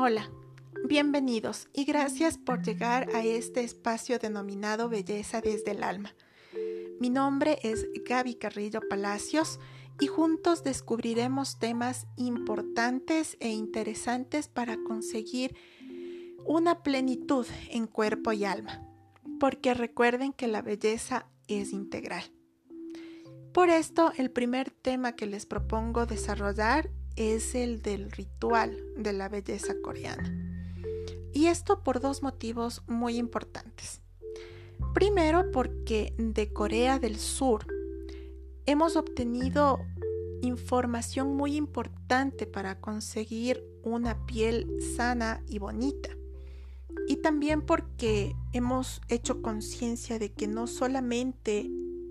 Hola, bienvenidos y gracias por llegar a este espacio denominado Belleza desde el Alma. Mi nombre es Gaby Carrillo Palacios y juntos descubriremos temas importantes e interesantes para conseguir una plenitud en cuerpo y alma, porque recuerden que la belleza es integral. Por esto, el primer tema que les propongo desarrollar es el del ritual de la belleza coreana. Y esto por dos motivos muy importantes. Primero, porque de Corea del Sur hemos obtenido información muy importante para conseguir una piel sana y bonita. Y también porque hemos hecho conciencia de que no solamente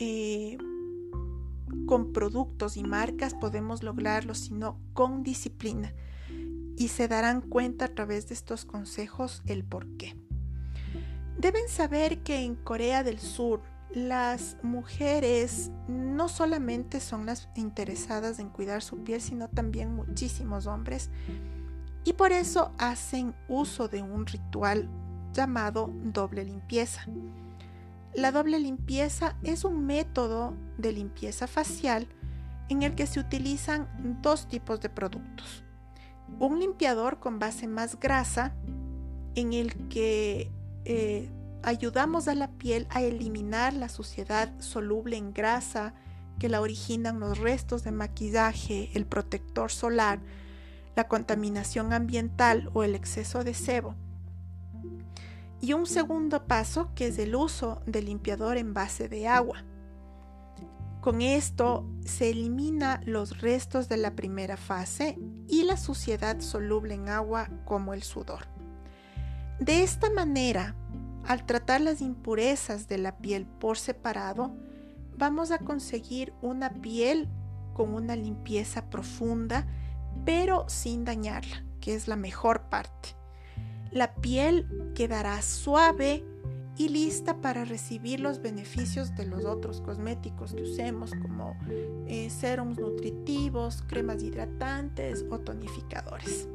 con productos y marcas podemos lograrlo, sino con disciplina. Y se darán cuenta a través de estos consejos el por qué. Deben saber que en Corea del Sur las mujeres no solamente son las interesadas en cuidar su piel, sino también muchísimos hombres. Y por eso hacen uso de un ritual llamado doble limpieza. La doble limpieza es un método de limpieza facial en el que se utilizan dos tipos de productos. Un limpiador con base más grasa en el que ayudamos a la piel a eliminar la suciedad soluble en grasa que la originan los restos de maquillaje, el protector solar, la contaminación ambiental o el exceso de sebo. Y un segundo paso que es el uso del limpiador en base de agua. Con esto se elimina los restos de la primera fase y la suciedad soluble en agua como el sudor. De esta manera, al tratar las impurezas de la piel por separado, vamos a conseguir una piel con una limpieza profunda, pero sin dañarla, que es la mejor parte. La piel quedará suave y lista para recibir los beneficios de los otros cosméticos que usemos, como serums nutritivos, cremas hidratantes o tonificadores.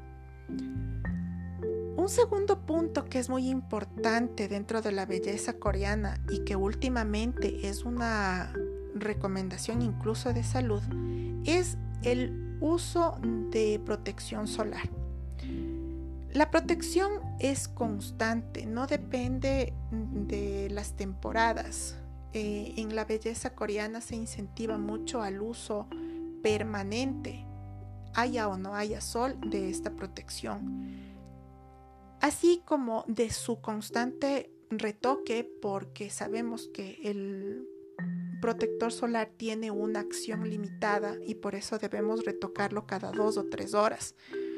Un segundo punto que es muy importante dentro de la belleza coreana y que últimamente es una recomendación incluso de salud es el uso de protección solar. La protección es constante, no depende de las temporadas. En la belleza coreana se incentiva mucho al uso permanente, haya o no haya sol, de esta protección. Así como de su constante retoque, porque sabemos que el protector solar tiene una acción limitada y por eso debemos retocarlo cada 2 o 3 horas.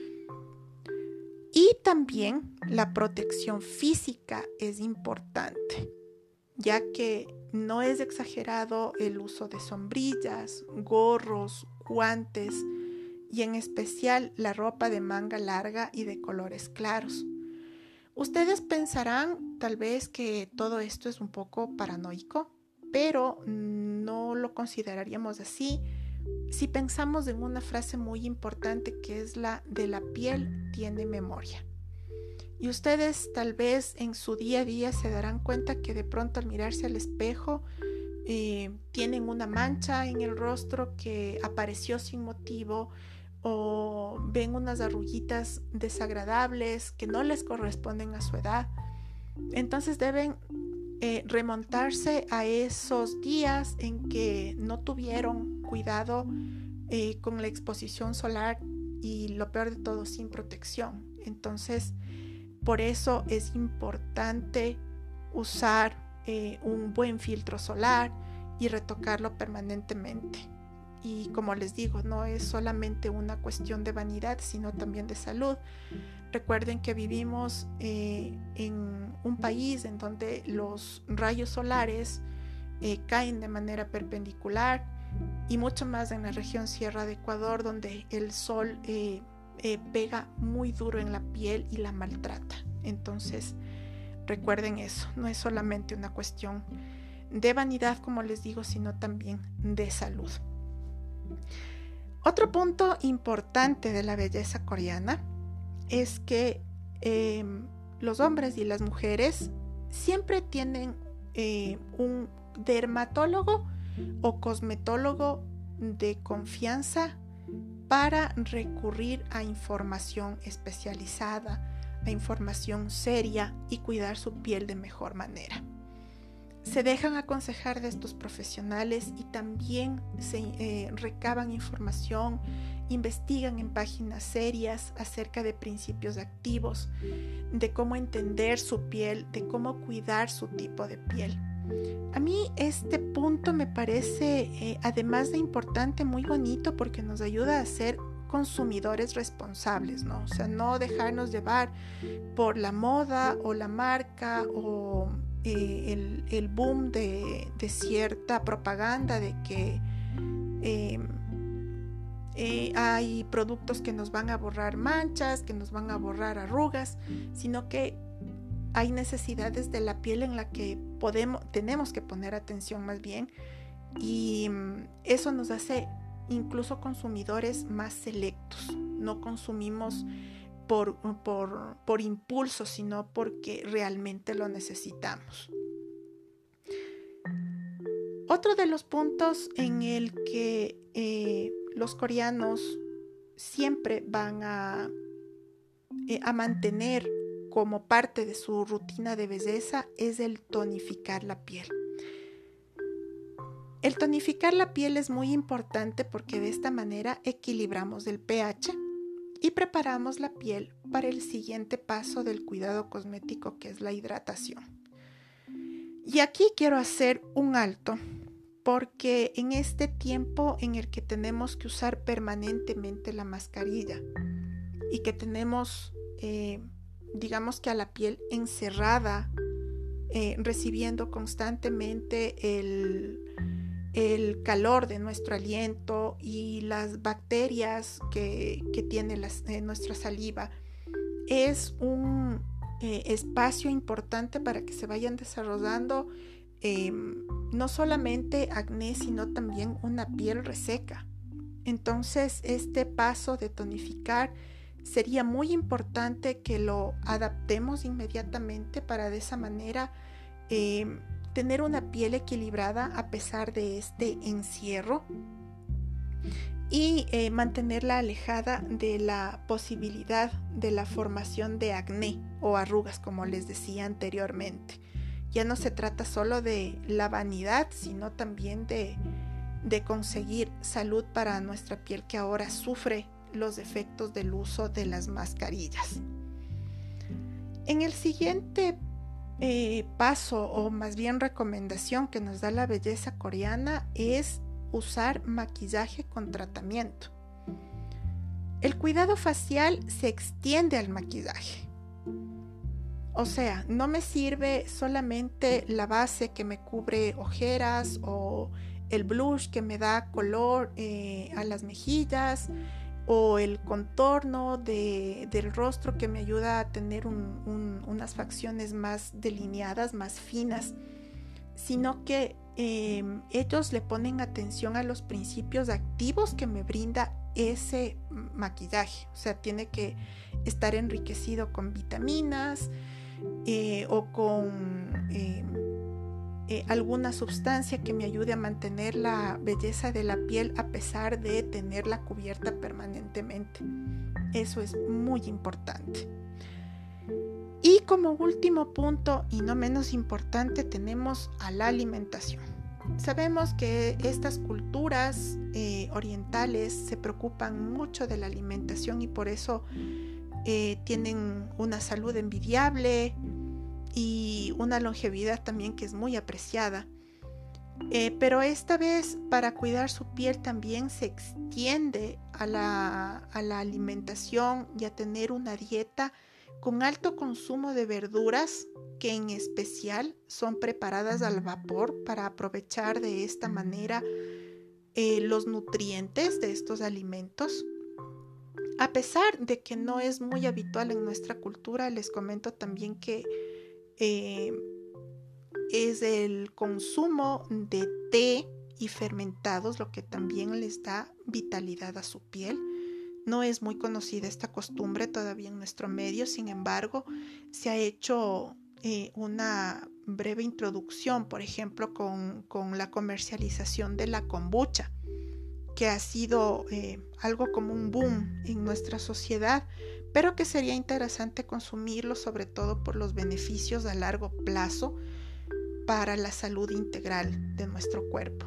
Y también la protección física es importante, ya que no es exagerado el uso de sombrillas, gorros, guantes y en especial la ropa de manga larga y de colores claros. Ustedes pensarán tal vez que todo esto es un poco paranoico, pero no lo consideraríamos así si pensamos en una frase muy importante que es la de la piel tiene memoria. Y ustedes tal vez en su día a día se darán cuenta que de pronto al mirarse al espejo tienen una mancha en el rostro que apareció sin motivo, o ven unas arruguitas desagradables que no les corresponden a su edad. Entonces deben remontarse a esos días en que no tuvieron cuidado con la exposición solar y lo peor de todo, sin protección. Entonces, por eso es importante usar un buen filtro solar y retocarlo permanentemente. Y como les digo, no es solamente una cuestión de vanidad, sino también de salud. Recuerden que vivimos en un país en donde los rayos solares caen de manera perpendicular y mucho más en la región Sierra de Ecuador, donde el sol pega muy duro en la piel y la maltrata. Entonces, recuerden eso, no es solamente una cuestión de vanidad, como les digo, sino también de salud. Otro punto importante de la belleza coreana es que los hombres y las mujeres siempre tienen un dermatólogo o cosmetólogo de confianza para recurrir a información especializada, a información seria y cuidar su piel de mejor manera. Se dejan aconsejar de estos profesionales y también se recaban información, investigan en páginas serias acerca de principios activos, de cómo entender su piel, de cómo cuidar su tipo de piel. A mí este punto me parece, además de importante, muy bonito porque nos ayuda a ser consumidores responsables, ¿no? O sea, no dejarnos llevar por la moda o la marca o el boom de cierta propaganda de que hay productos que nos van a borrar manchas, que nos van a borrar arrugas, sino que hay necesidades de la piel en la que tenemos que poner atención más bien, y eso nos hace incluso consumidores más selectos. No consumimos por impulso, sino porque realmente lo necesitamos. Otro de los puntos en el que los coreanos siempre van a mantener como parte de su rutina de belleza es el tonificar la piel. El tonificar la piel es muy importante porque de esta manera equilibramos el pH y preparamos la piel para el siguiente paso del cuidado cosmético, que es la hidratación. Y aquí quiero hacer un alto, porque en este tiempo en el que tenemos que usar permanentemente la mascarilla y que tenemos, digamos que a la piel encerrada, recibiendo constantemente el calor de nuestro aliento y las bacterias que tiene nuestra saliva, es un espacio importante para que se vayan desarrollando no solamente acné, sino también una piel reseca. Entonces, este paso de tonificar sería muy importante que lo adaptemos inmediatamente para de esa manera tener una piel equilibrada a pesar de este encierro y mantenerla alejada de la posibilidad de la formación de acné o arrugas, como les decía anteriormente. Ya no se trata solo de la vanidad, sino también de conseguir salud para nuestra piel, que ahora sufre los efectos del uso de las mascarillas. En el siguiente paso, o más bien recomendación que nos da la belleza coreana, es usar maquillaje con tratamiento. El cuidado facial se extiende al maquillaje. O sea, no me sirve solamente la base que me cubre ojeras o el blush que me da color a las mejillas o el contorno del rostro que me ayuda a tener unas facciones más delineadas, más finas, sino que ellos le ponen atención a los principios activos que me brinda ese maquillaje. O sea, tiene que estar enriquecido con vitaminas o con alguna sustancia que me ayude a mantener la belleza de la piel a pesar de tenerla cubierta permanentemente. Eso es muy importante. Y como último punto, y no menos importante, tenemos a la alimentación. Sabemos que estas culturas orientales se preocupan mucho de la alimentación y por eso tienen una salud envidiable y una longevidad también que es muy apreciada. Pero esta vez, para cuidar su piel, también se extiende a la alimentación y a tener una dieta con alto consumo de verduras, que en especial son preparadas al vapor para aprovechar de esta manera los nutrientes de estos alimentos. A pesar de que no es muy habitual en nuestra cultura, les comento también que es el consumo de té y fermentados lo que también les da vitalidad a su piel. No es muy conocida esta costumbre todavía en nuestro medio, sin embargo, se ha hecho una breve introducción, por ejemplo, con la comercialización de la kombucha, que ha sido algo como un boom en nuestra sociedad, pero que sería interesante consumirlo, sobre todo por los beneficios a largo plazo para la salud integral de nuestro cuerpo.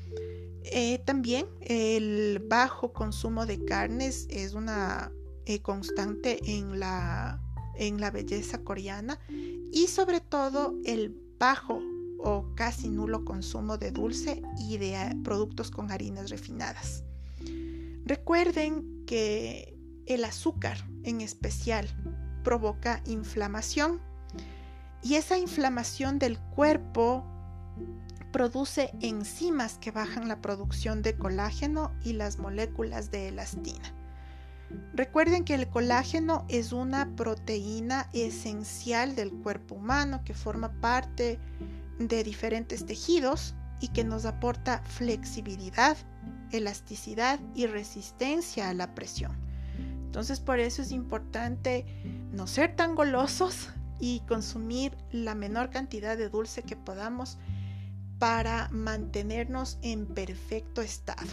También el bajo consumo de carnes es una constante en la belleza coreana, y sobre todo el bajo o casi nulo consumo de dulce y de productos con harinas refinadas. Recuerden que el azúcar en especial provoca inflamación, y esa inflamación del cuerpo produce enzimas que bajan la producción de colágeno y las moléculas de elastina. Recuerden que el colágeno es una proteína esencial del cuerpo humano que forma parte de diferentes tejidos y que nos aporta flexibilidad, elasticidad y resistencia a la presión. Entonces, por eso es importante no ser tan golosos y consumir la menor cantidad de dulce que podamos para mantenernos en perfecto estado.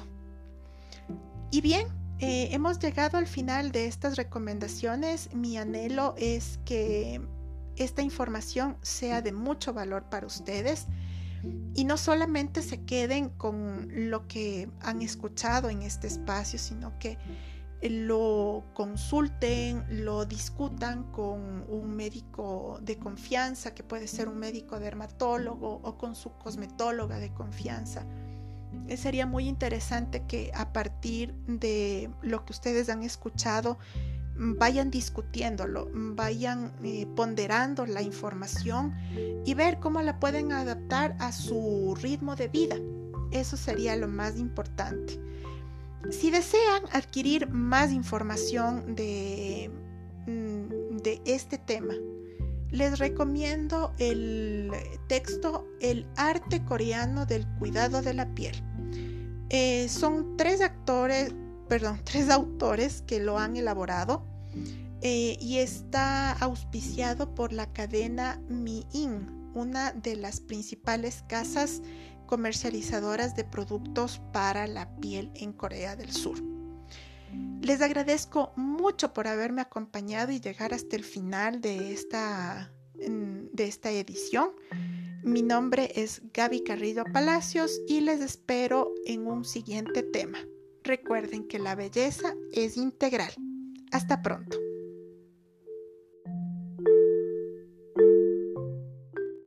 Y bien, hemos llegado al final de estas recomendaciones. Mi anhelo es que esta información sea de mucho valor para ustedes y no solamente se queden con lo que han escuchado en este espacio, sino que lo consulten, lo discutan con un médico de confianza, que puede ser un médico dermatólogo, o con su cosmetóloga de confianza. Sería muy interesante que a partir de lo que ustedes han escuchado vayan discutiéndolo, vayan ponderando la información y ver cómo la pueden adaptar a su ritmo de vida. Eso sería lo más importante. Si desean adquirir más información de este tema, les recomiendo el texto El arte coreano del cuidado de la piel. Son tres autores que lo han elaborado, y está auspiciado por la cadena Mi-In, una de las principales casas comercializadoras de productos para la piel en Corea del Sur. Les agradezco mucho por haberme acompañado y llegar hasta el final de esta edición. Mi nombre es Gaby Carrillo Palacios y les espero en un siguiente tema. Recuerden que la belleza es integral. Hasta pronto.